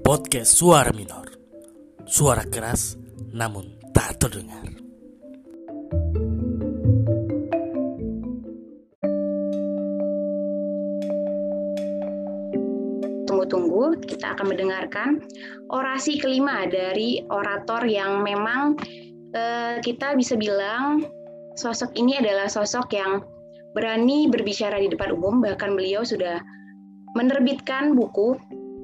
Podcast Suara Minor. Suara keras namun tak terdengar. Tunggu-tunggu, kita akan mendengarkan orasi kelima dari orator yang memang kita bisa bilang sosok ini adalah sosok yang berani berbicara di depan umum. Bahkan beliau sudah menerbitkan buku.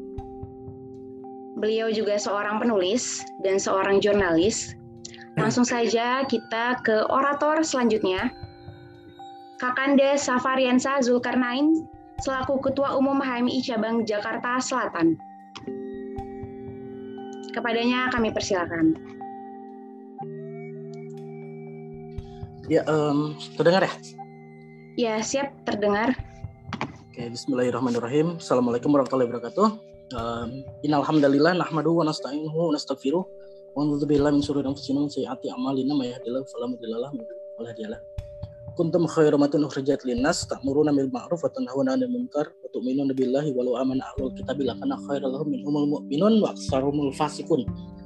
Beliau juga seorang penulis dan seorang jurnalis. Langsung saja kita ke orator selanjutnya. Kakanda Safariansa Zulkarnain selaku Ketua Umum HMI Cabang Jakarta Selatan. Kepadanya kami persilakan. Ya, terdengar ya? Ya, siap terdengar. Oke, bismillahirrahmanirrahim. Assalamualaikum warahmatullahi wabarakatuh. Innal hamdalillah nahmaduhu wa nasta'inuhu wa nastaghfiruh wa na'udzu billahi min syururi anfusina wa min sayyiati a'malina may yahdihillahu fala mudilla lahu wa may yudlil fala hadiya lahu. Kuntum khairu ummatin ukhrijat lin-nas ta'muruna bil ma'ruf wa tanhauna 'anil munkar wa tu'minuna billahi walau amana ahlul kitabi lakana khairal lahum minhumul mu'minun wa aktsarumul fasiqun.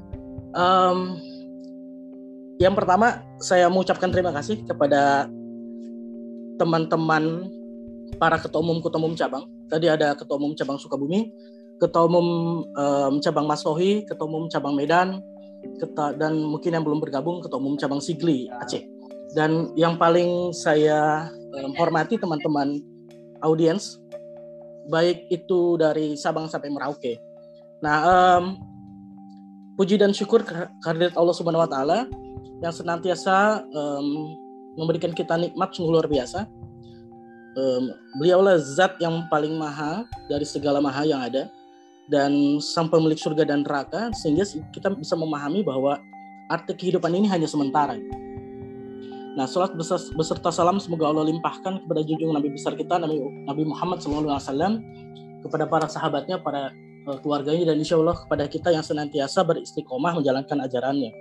Yang pertama, saya mengucapkan terima kasih kepada teman-teman para ketua umum cabang. Tadi ada ketua umum cabang Sukabumi, ketua umum cabang Masohi, ketua umum cabang Medan, dan mungkin yang belum bergabung ketua umum cabang Sigli Aceh. Dan yang paling saya hormati teman-teman audiens, baik itu dari Sabang sampai Merauke. Nah, puji dan syukur kehadirat Allah Subhanahu Wa Taala yang senantiasa memberikan kita nikmat sungguh luar biasa. Beliaulah zat yang paling maha dari segala maha yang ada dan sang pemilik surga dan neraka, sehingga kita bisa memahami bahwa arti kehidupan ini hanya sementara. Nah, salat beserta salam semoga Allah limpahkan kepada junjungan Nabi besar kita Nabi Muhammad SAW, kepada para sahabatnya, para keluarganya, dan insya Allah kepada kita yang senantiasa beristiqomah menjalankan ajarannya.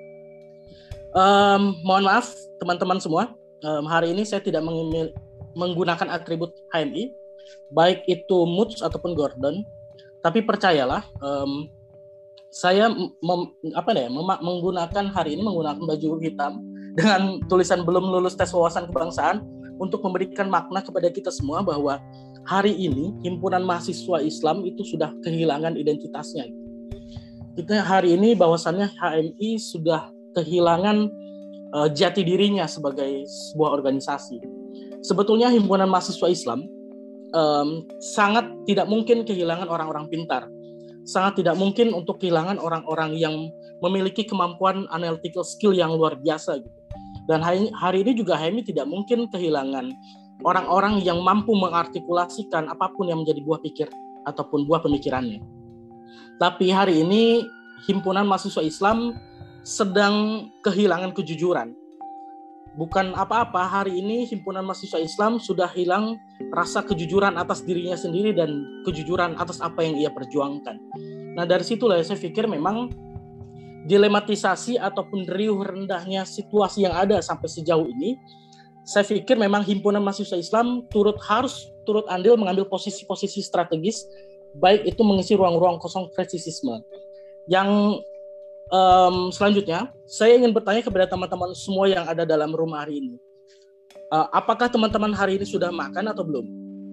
Mohon maaf teman-teman semua, hari ini saya tidak menggunakan atribut HMI, baik itu Moods ataupun Gordon, tapi percayalah, saya menggunakan hari ini menggunakan baju hitam dengan tulisan belum lulus tes wawasan kebangsaan untuk memberikan makna kepada kita semua bahwa hari ini himpunan mahasiswa Islam itu sudah kehilangan identitasnya. Kita hari ini bahwasannya HMI sudah kehilangan jati dirinya sebagai sebuah organisasi. Sebetulnya himpunan mahasiswa Islam sangat tidak mungkin kehilangan orang-orang pintar, sangat tidak mungkin untuk kehilangan orang-orang yang memiliki kemampuan analytical skill yang luar biasa gitu. Dan hari ini juga HMI tidak mungkin kehilangan orang-orang yang mampu mengartikulasikan apapun yang menjadi buah pikir ataupun buah pemikirannya. Tapi hari ini himpunan mahasiswa Islam sedang kehilangan kejujuran. Bukan apa-apa, hari ini himpunan mahasiswa Islam sudah hilang rasa kejujuran atas dirinya sendiri dan kejujuran atas apa yang ia perjuangkan. Nah, dari situlah saya pikir memang dilematisasi ataupun riuh rendahnya situasi yang ada sampai sejauh ini, saya pikir memang himpunan mahasiswa Islam harus turut andil mengambil posisi-posisi strategis, baik itu mengisi ruang-ruang kosong krisisisme. Yang selanjutnya, saya ingin bertanya kepada teman-teman semua yang ada dalam rumah hari ini. Apakah teman-teman hari ini sudah makan atau belum?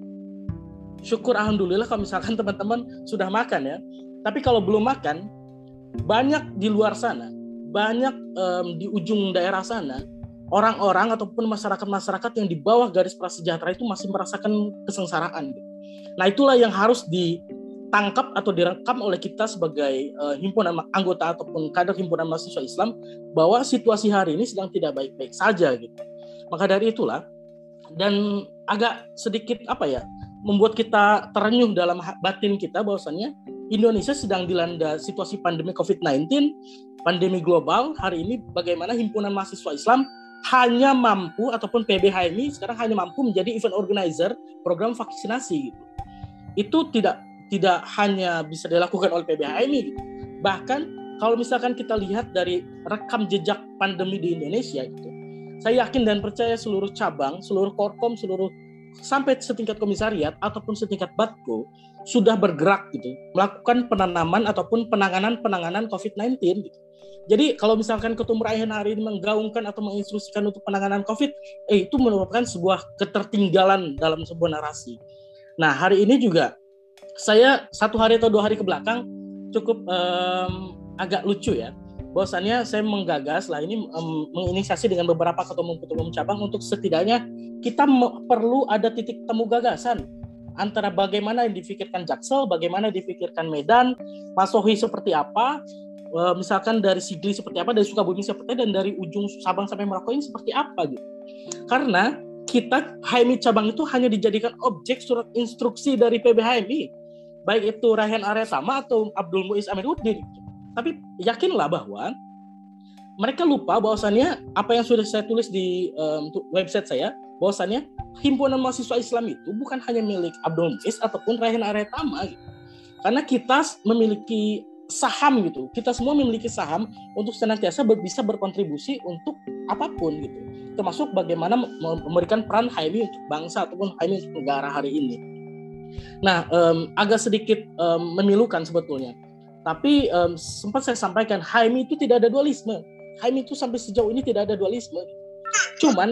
Syukur alhamdulillah kalau misalkan teman-teman sudah makan ya. Tapi kalau belum makan, banyak di luar sana, banyak di ujung daerah sana, orang-orang ataupun masyarakat-masyarakat yang di bawah garis prasejahtera itu masih merasakan kesengsaraan. Nah, itulah yang harus ditangkap atau direkam oleh kita sebagai himpunan anggota ataupun kader himpunan mahasiswa Islam, bahwa situasi hari ini sedang tidak baik-baik saja gitu. Maka dari itulah, dan agak sedikit membuat kita terenyuh dalam batin kita bahwasannya Indonesia sedang dilanda situasi pandemi COVID-19, pandemi global. Hari ini bagaimana himpunan mahasiswa Islam hanya mampu, ataupun PBHMI sekarang hanya mampu menjadi event organizer program vaksinasi gitu. Itu tidak hanya bisa dilakukan oleh PBHMI gitu. Bahkan kalau misalkan kita lihat dari rekam jejak pandemi di Indonesia gitu, saya yakin dan percaya seluruh cabang, seluruh korkom, seluruh sampai setingkat komisariat ataupun setingkat batko sudah bergerak gitu, melakukan penanaman ataupun penanganan COVID-19 gitu. Jadi kalau misalkan Ketum Raihan hari ini menggaungkan atau menginstruksikan untuk penanganan COVID, itu merupakan sebuah ketertinggalan dalam sebuah narasi. Nah, hari ini juga saya 1 hari atau 2 hari ke belakang cukup agak lucu ya. Bahwasannya saya menggagas lah ini menginisiasi dengan beberapa ketua-ketua cabang untuk setidaknya kita perlu ada titik temu gagasan antara bagaimana yang difikirkan Jaksel, bagaimana difikirkan Medan, Masohi seperti apa, misalkan dari Sigli seperti apa, dari Sukabumi seperti apa, dan dari ujung Sabang sampai Merauke ini seperti apa gitu. Karena kita HMI cabang itu hanya dijadikan objek surat instruksi dari PB HMI, baik itu Raihan Arya Tama atau Abdul Muiz Amiruddin. Tapi yakinlah bahwa mereka lupa bahwasannya apa yang sudah saya tulis di website saya, bahwasannya himpunan mahasiswa Islam itu bukan hanya milik Abdul Muiz ataupun Raihan Arya Tama gitu. Karena kita memiliki saham gitu, kita semua memiliki saham untuk senantiasa bisa berkontribusi untuk apapun gitu, termasuk bagaimana memberikan peran HMI untuk bangsa ataupun HMI untuk negara hari ini. Nah, agak sedikit memilukan sebetulnya. Tapi sempat saya sampaikan, HMI itu tidak ada dualisme. HMI itu sampai sejauh ini tidak ada dualisme. Cuman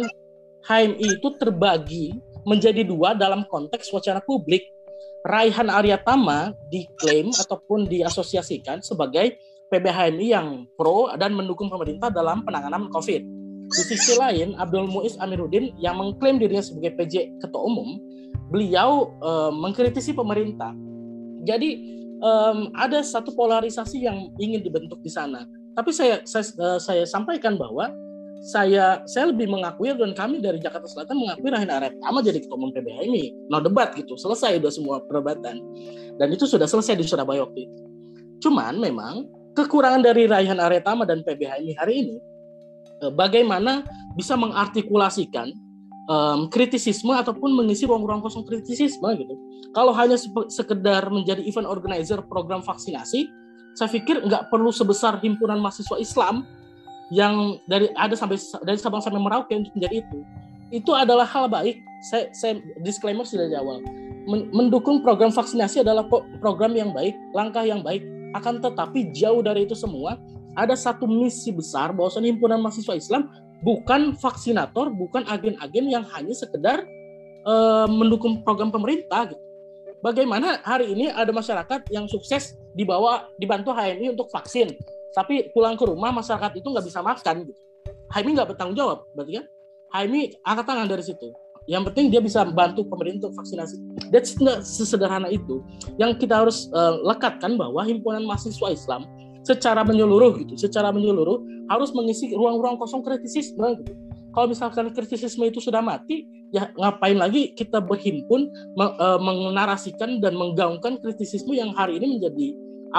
HMI itu terbagi menjadi 2 dalam konteks wacana publik. Raihan Arya Tama diklaim ataupun diasosiasikan sebagai PB HMI yang pro dan mendukung pemerintah dalam penanganan COVID. Di sisi lain, Abdul Muiz Amiruddin yang mengklaim dirinya sebagai PJ Ketua Umum, beliau mengkritisi pemerintah. Jadi ada satu polarisasi yang ingin dibentuk di sana. Tapi saya sampaikan bahwa saya lebih mengakui dan kami dari Jakarta Selatan mengakui Raihan Arya Tama jadi Ketua Umum PB HMI. No debat gitu, selesai udah semua perdebatan. Dan itu sudah selesai di Surabaya waktu itu. Cuman memang kekurangan dari Raihan Arya Tama dan PB HMI hari ini, bagaimana bisa mengartikulasikan kritisisme ataupun mengisi ruang-ruang kosong kritisisme gitu. Kalau hanya sekedar menjadi event organizer program vaksinasi, saya pikir nggak perlu sebesar himpunan mahasiswa Islam yang dari Sabang sampai Merauke untuk menjadi itu. Itu adalah hal baik. Saya disclaimer sudah di awal. Mendukung program vaksinasi adalah program yang baik, langkah yang baik. Akan tetapi jauh dari itu semua, ada satu misi besar bahwasanya himpunan mahasiswa Islam bukan vaksinator, bukan agen-agen yang hanya sekedar mendukung program pemerintah gitu. Bagaimana hari ini ada masyarakat yang sukses dibantu HMI untuk vaksin, tapi pulang ke rumah masyarakat itu nggak bisa makan gitu. HMI nggak bertanggung jawab, berarti kan HMI angkat tangan dari situ. Yang penting dia bisa bantu pemerintah untuk vaksinasi. That's not sesederhana itu. Yang kita harus lekatkan bahwa himpunan mahasiswa Islam secara menyeluruh harus mengisi ruang-ruang kosong kritisisme gitu. Kalau misalkan kritisisme itu sudah mati, ya ngapain lagi kita berhimpun menarasikan dan menggaungkan kritisisme yang hari ini menjadi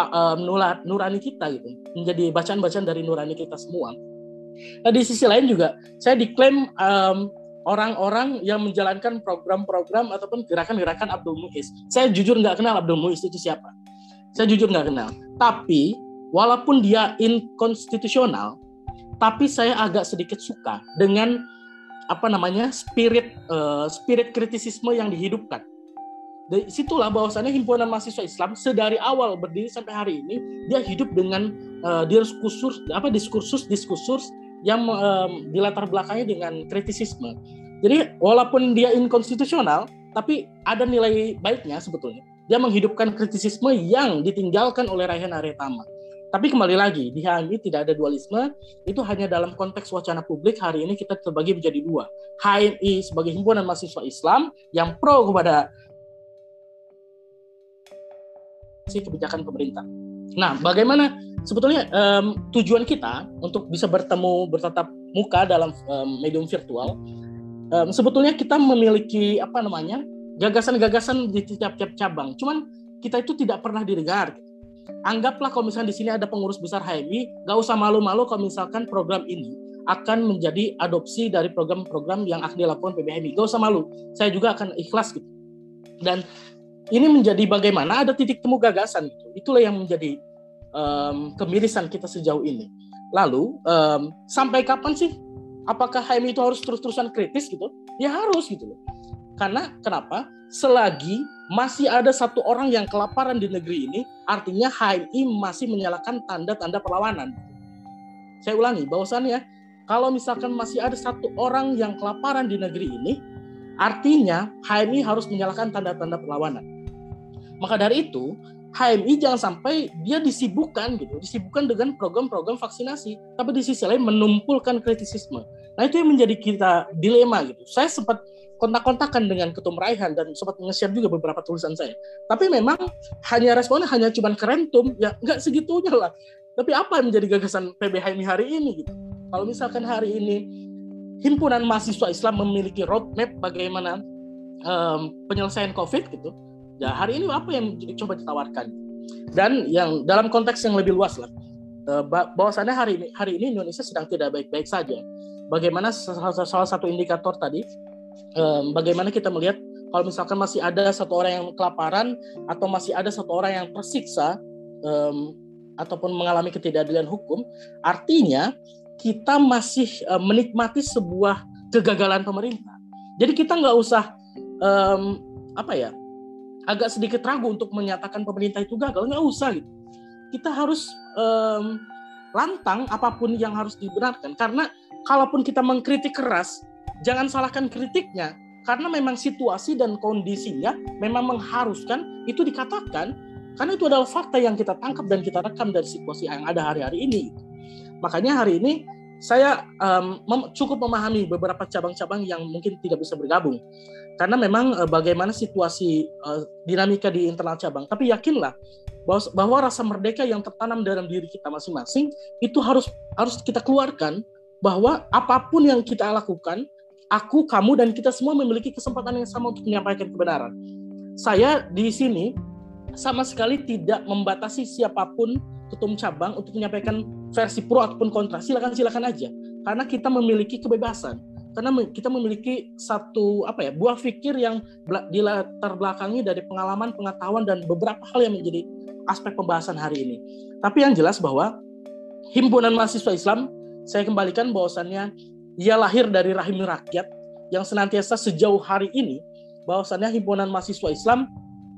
nurani kita gitu, menjadi bacaan-bacaan dari nurani kita semua. Nah, di sisi lain juga saya diklaim orang-orang yang menjalankan program-program ataupun gerakan-gerakan Abdul Muiz. Saya jujur nggak kenal Abdul Muiz itu siapa. Saya jujur nggak kenal. Tapi walaupun dia inkonstitusional, tapi saya agak sedikit suka dengan spirit kritisisme yang dihidupkan. Dari situlah bahwasannya himpunan mahasiswa Islam sedari awal berdiri sampai hari ini dia hidup dengan diskursus yang dilatar belakangnya dengan kritisisme. Jadi walaupun dia inkonstitusional, tapi ada nilai baiknya sebetulnya. Dia menghidupkan kritisisme yang ditinggalkan oleh Raihan Arya Tama. Tapi kembali lagi, di HMI tidak ada dualisme, itu hanya dalam konteks wacana publik. Hari ini kita terbagi menjadi 2. HMI sebagai himpunan mahasiswa Islam yang pro kepada kebijakan pemerintah. Nah, bagaimana sebetulnya tujuan kita untuk bisa bertatap muka dalam medium virtual? Sebetulnya kita memiliki gagasan-gagasan di tiap-tiap cabang. Cuman kita itu tidak pernah didengar. Anggaplah kalau misalkan di sini ada pengurus besar HMI, nggak usah malu-malu kalau misalkan program ini akan menjadi adopsi dari program-program yang akan dilakukan PB HMI. Nggak usah malu, saya juga akan ikhlas gitu. Dan ini menjadi bagaimana ada titik temu gagasan gitu. Itulah yang menjadi kemirisan kita sejauh ini. Lalu sampai kapan sih? Apakah HMI itu harus terus-terusan kritis gitu? Ya harus gitu loh. Karena kenapa? Selagi masih ada satu orang yang kelaparan di negeri ini, artinya HMI masih menyalakan tanda-tanda perlawanan. Saya ulangi, bahwasannya kalau misalkan masih ada satu orang yang kelaparan di negeri ini, artinya HMI harus menyalakan tanda-tanda perlawanan. Maka dari itu, HMI jangan sampai dia disibukkan dengan program-program vaksinasi, tapi di sisi lain menumpulkan kritisisme. Nah, itu yang menjadi kita dilema gitu. Saya sempat kontak-kontakan dengan Ketum Raihan dan sempat nge-share juga beberapa tulisan saya. Tapi memang responnya hanya cuma kerentum, ya nggak segitunya lah. Tapi apa yang menjadi gagasan PBHMI hari ini gitu? Kalau misalkan hari ini Himpunan Mahasiswa Islam memiliki roadmap bagaimana penyelesaian COVID gitu, ya hari ini apa yang coba ditawarkan? Dan yang dalam konteks yang lebih luas lah, bahwasannya hari ini Indonesia sedang tidak baik-baik saja. Bagaimana salah satu indikator tadi, bagaimana kita melihat kalau misalkan masih ada satu orang yang kelaparan atau masih ada satu orang yang tersiksa ataupun mengalami ketidakadilan hukum, artinya kita masih menikmati sebuah kegagalan pemerintah. Jadi kita nggak usah agak sedikit ragu untuk menyatakan pemerintah itu gagal, nggak usah gitu. Kita harus lantang apapun yang harus dibenarkan, karena kalaupun kita mengkritik keras, jangan salahkan kritiknya, karena memang situasi dan kondisinya memang mengharuskan itu dikatakan, karena itu adalah fakta yang kita tangkap dan kita rekam dari situasi yang ada hari-hari ini. Makanya hari ini saya cukup memahami beberapa cabang-cabang yang mungkin tidak bisa bergabung, karena memang bagaimana situasi dinamika di internal cabang. Tapi yakinlah bahwa rasa merdeka yang tertanam dalam diri kita masing-masing itu harus kita keluarkan, bahwa apapun yang kita lakukan, aku, kamu, dan kita semua memiliki kesempatan yang sama untuk menyampaikan kebenaran. Saya di sini sama sekali tidak membatasi siapapun ketum cabang untuk menyampaikan versi pro ataupun kontra. Silakan aja, karena kita memiliki kebebasan, karena kita memiliki satu buah pikir yang dilatar belakangi dari pengalaman, pengetahuan, dan beberapa hal yang menjadi aspek pembahasan hari ini. Tapi yang jelas bahwa Himpunan Mahasiswa Islam, saya kembalikan bahwasannya ia lahir dari rahim rakyat yang senantiasa sejauh hari ini, bahwasannya Himpunan Mahasiswa Islam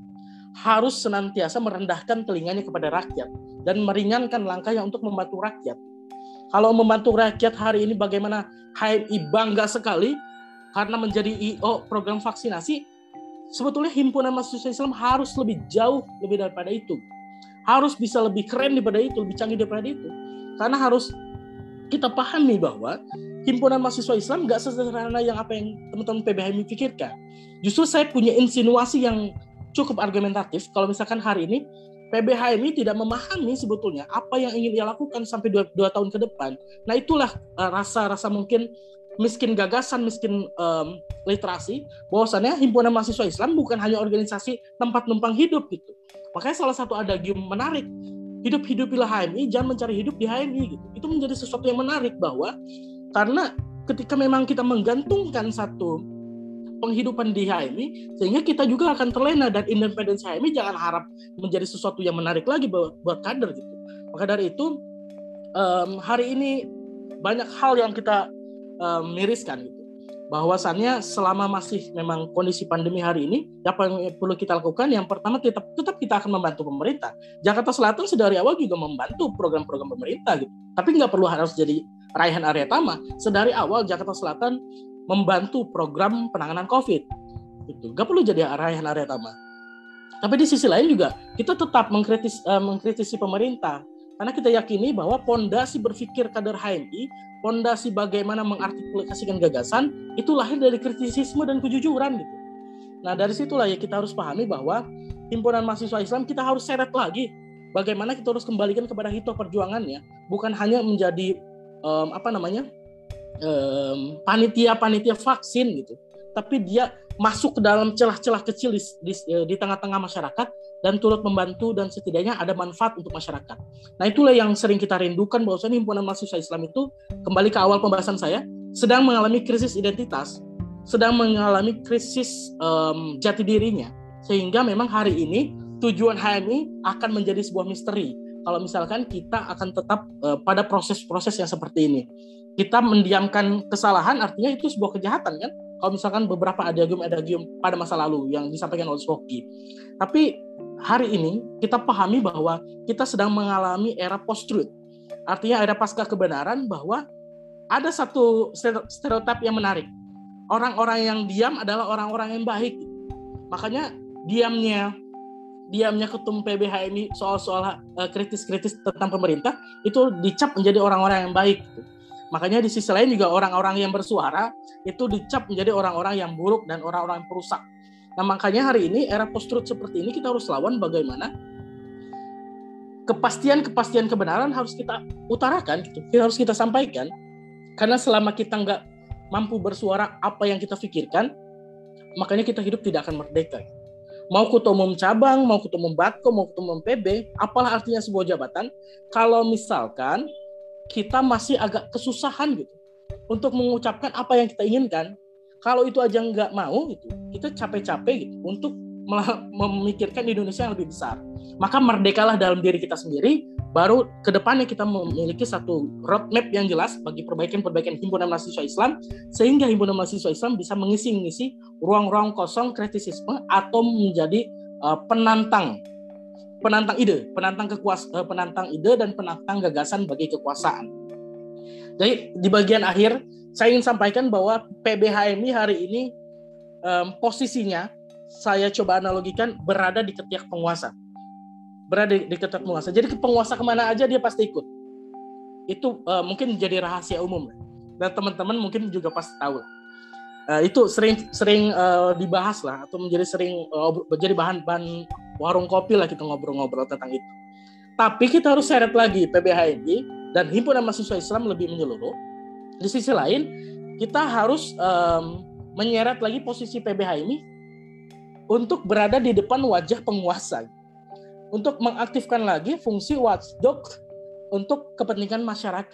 harus senantiasa merendahkan telinganya kepada rakyat dan meringankan langkahnya untuk membantu rakyat. Kalau membantu rakyat hari ini, bagaimana HMI bangga sekali karena menjadi IO program vaksinasi, sebetulnya Himpunan Mahasiswa Islam harus lebih jauh lebih daripada itu. Harus bisa lebih keren daripada itu, lebih canggih daripada itu. Karena harus kita pahami bahwa Himpunan Mahasiswa Islam nggak sesederhana yang apa yang teman-teman PBHMI pikirkan. Justru saya punya insinuasi yang cukup argumentatif kalau misalkan hari ini PBHMI tidak memahami sebetulnya apa yang ingin ia lakukan sampai 2 tahun ke depan. Nah, itulah rasa mungkin miskin gagasan, miskin literasi, bahwasannya Himpunan Mahasiswa Islam bukan hanya organisasi tempat numpang hidup gitu. Makanya salah satu adagium menarik, hidup-hidupilah HMI, jangan mencari hidup di HMI gitu. Itu menjadi sesuatu yang menarik, bahwa karena ketika memang kita menggantungkan satu penghidupan di HMI, sehingga kita juga akan terlena, dan independensi HMI jangan harap menjadi sesuatu yang menarik lagi buat kader gitu. Maka dari itu hari ini banyak hal yang kita miriskan gitu. Bahwasannya selama masih memang kondisi pandemi hari ini, apa yang perlu kita lakukan? Yang pertama, tetap kita akan membantu pemerintah. Jakarta Selatan sedari awal juga membantu program-program pemerintah gitu. Tapi nggak perlu harus jadi Raihan Aryatama. Sedari awal Jakarta Selatan membantu program penanganan COVID. Gitu. Gak perlu jadi Raihan Aryatama. Tapi di sisi lain juga kita tetap mengkritisi pemerintah, karena kita yakini bahwa pondasi berpikir kader HMI, pondasi bagaimana mengartikulasikan gagasan, itu lahir dari kritisisme dan kejujuran gitu. Nah, dari situlah ya kita harus pahami bahwa Himpunan Mahasiswa Islam kita harus seret lagi bagaimana kita harus kembalikan kepada hitoh perjuangannya, bukan hanya menjadi panitia vaksin gitu, tapi dia masuk ke dalam celah-celah kecil di tengah-tengah masyarakat dan turut membantu, dan setidaknya ada manfaat untuk masyarakat. Nah, itulah yang sering kita rindukan, bahwasanya Himpunan Mahasiswa Islam itu, kembali ke awal pembahasan saya, sedang mengalami krisis identitas, sedang mengalami krisis jati dirinya, sehingga memang hari ini tujuan HMI akan menjadi sebuah misteri kalau misalkan kita akan tetap pada proses-proses yang seperti ini. Kita mendiamkan kesalahan, artinya itu sebuah kejahatan kan. kalau misalkan beberapa adagium pada masa lalu yang disampaikan oleh Swoki. Tapi hari ini kita pahami bahwa kita sedang mengalami era post-truth. Artinya era pasca kebenaran, bahwa ada satu stereotip yang menarik. Orang-orang yang diam adalah orang-orang yang baik. Makanya diamnya ketum PBHMI soal-soal kritis-kritis tentang pemerintah itu dicap menjadi orang-orang yang baik. Makanya di sisi lain juga orang-orang yang bersuara itu dicap menjadi orang-orang yang buruk dan orang-orang yang perusak. Nah, makanya hari ini era post-truth seperti ini kita harus lawan bagaimana kepastian kebenaran harus kita utarakan, gitu. Harus kita sampaikan. Karena selama kita nggak mampu bersuara apa yang kita pikirkan, makanya kita hidup tidak akan merdeka. Mau ketua umum cabang, mau ketua umum Batko, mau ketua umum PB, apalah artinya sebuah jabatan, kalau misalkan kita masih agak kesusahan gitu untuk mengucapkan apa yang kita inginkan, kalau itu aja nggak mau gitu, kita capek-capek gitu untuk memikirkan Indonesia yang lebih besar. Maka merdekalah dalam diri kita sendiri, baru ke depannya kita memiliki satu roadmap yang jelas bagi perbaikan himpunan mahasiswa Islam, sehingga himpunan mahasiswa Islam bisa mengisi ruang-ruang kosong kritisisme atau menjadi penantang ide, penantang ide dan penantang gagasan bagi kekuasaan. Jadi di bagian akhir saya ingin sampaikan bahwa PBHMI hari ini posisinya saya coba analogikan berada di ketiak penguasa. Jadi penguasa kemana aja dia pasti ikut. Itu mungkin menjadi rahasia umum. Dan teman-teman mungkin juga pasti tahu. Itu sering dibahas lah, atau menjadi bahan warung kopi lah kita ngobrol-ngobrol tentang itu. Tapi kita harus seret lagi PBHMI dan Himpunan Mahasiswa Islam lebih menyeluruh. Di sisi lain, kita harus menyeret lagi posisi PBHMI untuk berada di depan wajah penguasa. Untuk mengaktifkan lagi fungsi watchdog untuk kepentingan masyarakat.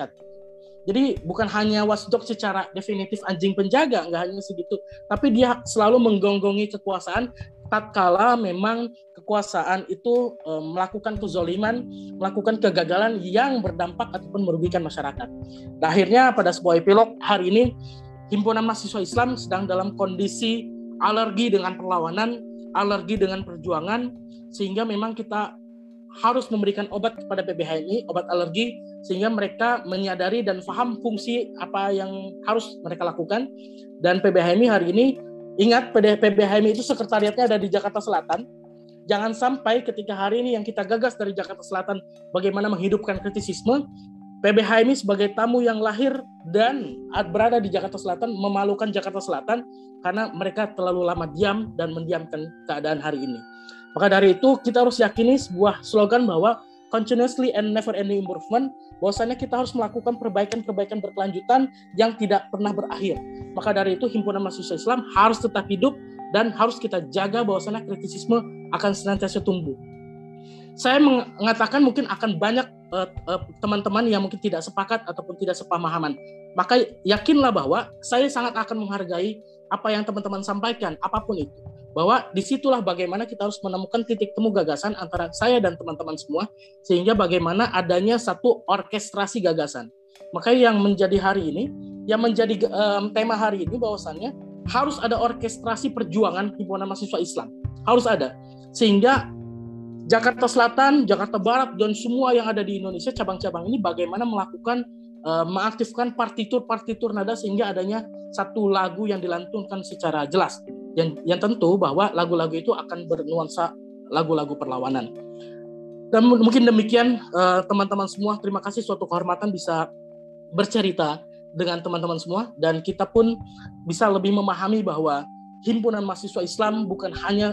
Jadi bukan hanya watchdog secara definitif anjing penjaga, nggak hanya segitu, tapi dia selalu menggonggongi kekuasaan tatkala memang kekuasaan itu melakukan kezoliman, melakukan kegagalan yang berdampak ataupun merugikan masyarakat. Nah, akhirnya pada sebuah epilog hari ini, Himpunan Mahasiswa Islam sedang dalam kondisi alergi dengan perlawanan, alergi dengan perjuangan, sehingga memang kita harus memberikan obat kepada PBHMI, obat alergi, sehingga mereka menyadari dan paham fungsi apa yang harus mereka lakukan. Dan PBHMI hari ini, ingat PBHMI itu sekretariatnya ada di Jakarta Selatan. Jangan sampai ketika hari ini yang kita gagas dari Jakarta Selatan bagaimana menghidupkan kritisisme, PBHMI sebagai tamu yang lahir dan berada di Jakarta Selatan memalukan Jakarta Selatan karena mereka terlalu lama diam dan mendiamkan keadaan hari ini. Maka dari itu kita harus yakini sebuah slogan bahwa continuously and never ending improvement, bahwasanya kita harus melakukan perbaikan berkelanjutan yang tidak pernah berakhir. Maka dari itu Himpunan Mahasiswa Islam harus tetap hidup dan harus kita jaga bahwasanya kritisisme akan senantiasa tumbuh. Saya mengatakan mungkin akan banyak teman-teman yang mungkin tidak sepakat ataupun tidak sepemahaman. Maka yakinlah bahwa saya sangat akan menghargai apa yang teman-teman sampaikan, apapun itu. Bahwa disitulah bagaimana kita harus menemukan titik temu gagasan antara saya dan teman-teman semua, sehingga bagaimana adanya satu orkestrasi gagasan. Maka yang menjadi hari ini, yang menjadi tema hari ini bahwasannya harus ada orkestrasi perjuangan Himpunan Mahasiswa Islam. Harus ada. Sehingga Jakarta Selatan, Jakarta Barat, dan semua yang ada di Indonesia, cabang-cabang ini bagaimana melakukan, mengaktifkan partitur nada sehingga adanya satu lagu yang dilantunkan secara jelas. Yang tentu bahwa lagu-lagu itu akan bernuansa lagu-lagu perlawanan. Dan mungkin demikian teman-teman semua, terima kasih, suatu kehormatan bisa bercerita dengan teman-teman semua, dan kita pun bisa lebih memahami bahwa Himpunan Mahasiswa Islam bukan hanya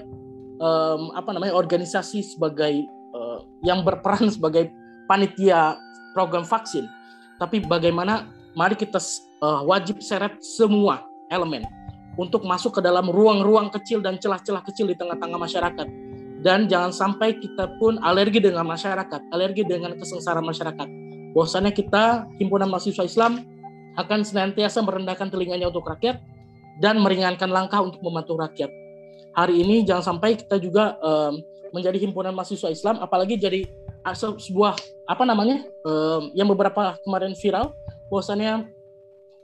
organisasi sebagai yang berperan sebagai panitia program vaksin, tapi bagaimana mari kita wajib seret semua elemen untuk masuk ke dalam ruang-ruang kecil dan celah-celah kecil di tengah-tengah masyarakat. Dan jangan sampai kita pun alergi dengan masyarakat, alergi dengan kesengsaraan masyarakat. Bahwasannya kita, Himpunan Mahasiswa Islam, akan senantiasa merendahkan telinganya untuk rakyat dan meringankan langkah untuk membantu rakyat. Hari ini jangan sampai kita juga menjadi Himpunan Mahasiswa Islam, apalagi jadi sebuah yang beberapa kemarin viral, bahwasannya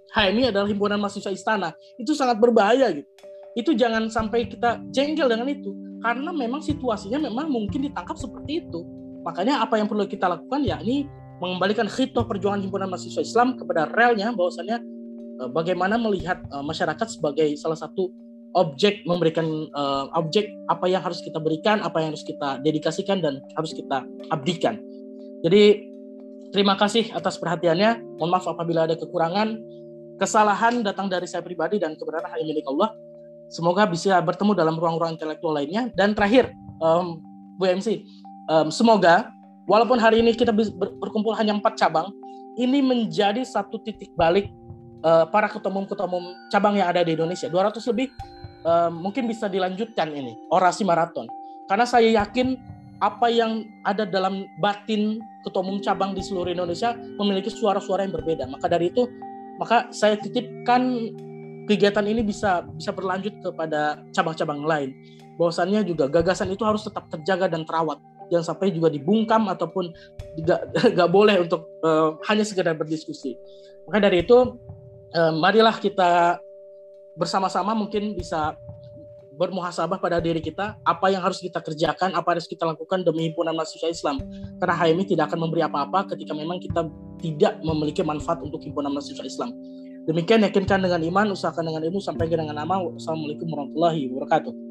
HMI adalah himpunan mahasiswa istana. Itu sangat berbahaya gitu. Itu jangan sampai kita jengkel dengan itu, karena memang situasinya memang mungkin ditangkap seperti itu. Makanya apa yang perlu kita lakukan yakni mengembalikan khitoh perjuangan himpunan mahasiswa Islam kepada relnya, bahwasannya bagaimana melihat masyarakat sebagai salah satu objek, memberikan objek apa yang harus kita berikan, apa yang harus kita dedikasikan dan harus kita abdikan. Jadi terima kasih atas perhatiannya. Mohon maaf apabila ada kekurangan. Kesalahan datang dari saya pribadi dan kebenaran hanya milik Allah. Semoga bisa bertemu dalam ruang-ruang intelektual lainnya. Dan terakhir, Bu MC, semoga walaupun hari ini kita berkumpul hanya 4 cabang, ini menjadi satu titik balik para ketua umum cabang yang ada di Indonesia. 200 lebih mungkin bisa dilanjutkan ini, orasi maraton. Karena saya yakin apa yang ada dalam batin ketua umum cabang di seluruh Indonesia memiliki suara-suara yang berbeda. Maka saya titipkan kegiatan ini bisa berlanjut kepada cabang-cabang lain. Bahwasannya juga gagasan itu harus tetap terjaga dan terawat. Jangan sampai juga dibungkam ataupun nggak boleh untuk hanya sekedar berdiskusi. Maka dari itu, marilah kita bersama-sama mungkin bisa bermuhasabah pada diri kita, apa yang harus kita kerjakan, apa harus kita lakukan demi himpunan mahasiswa Islam. Karena HMI tidak akan memberi apa-apa ketika memang kita tidak memiliki manfaat untuk himpunan mahasiswa Islam. Demikian, yakinkan dengan iman, usahakan dengan ilmu, sampaikan dengan amal. Wassalamualaikum warahmatullahi wabarakatuh.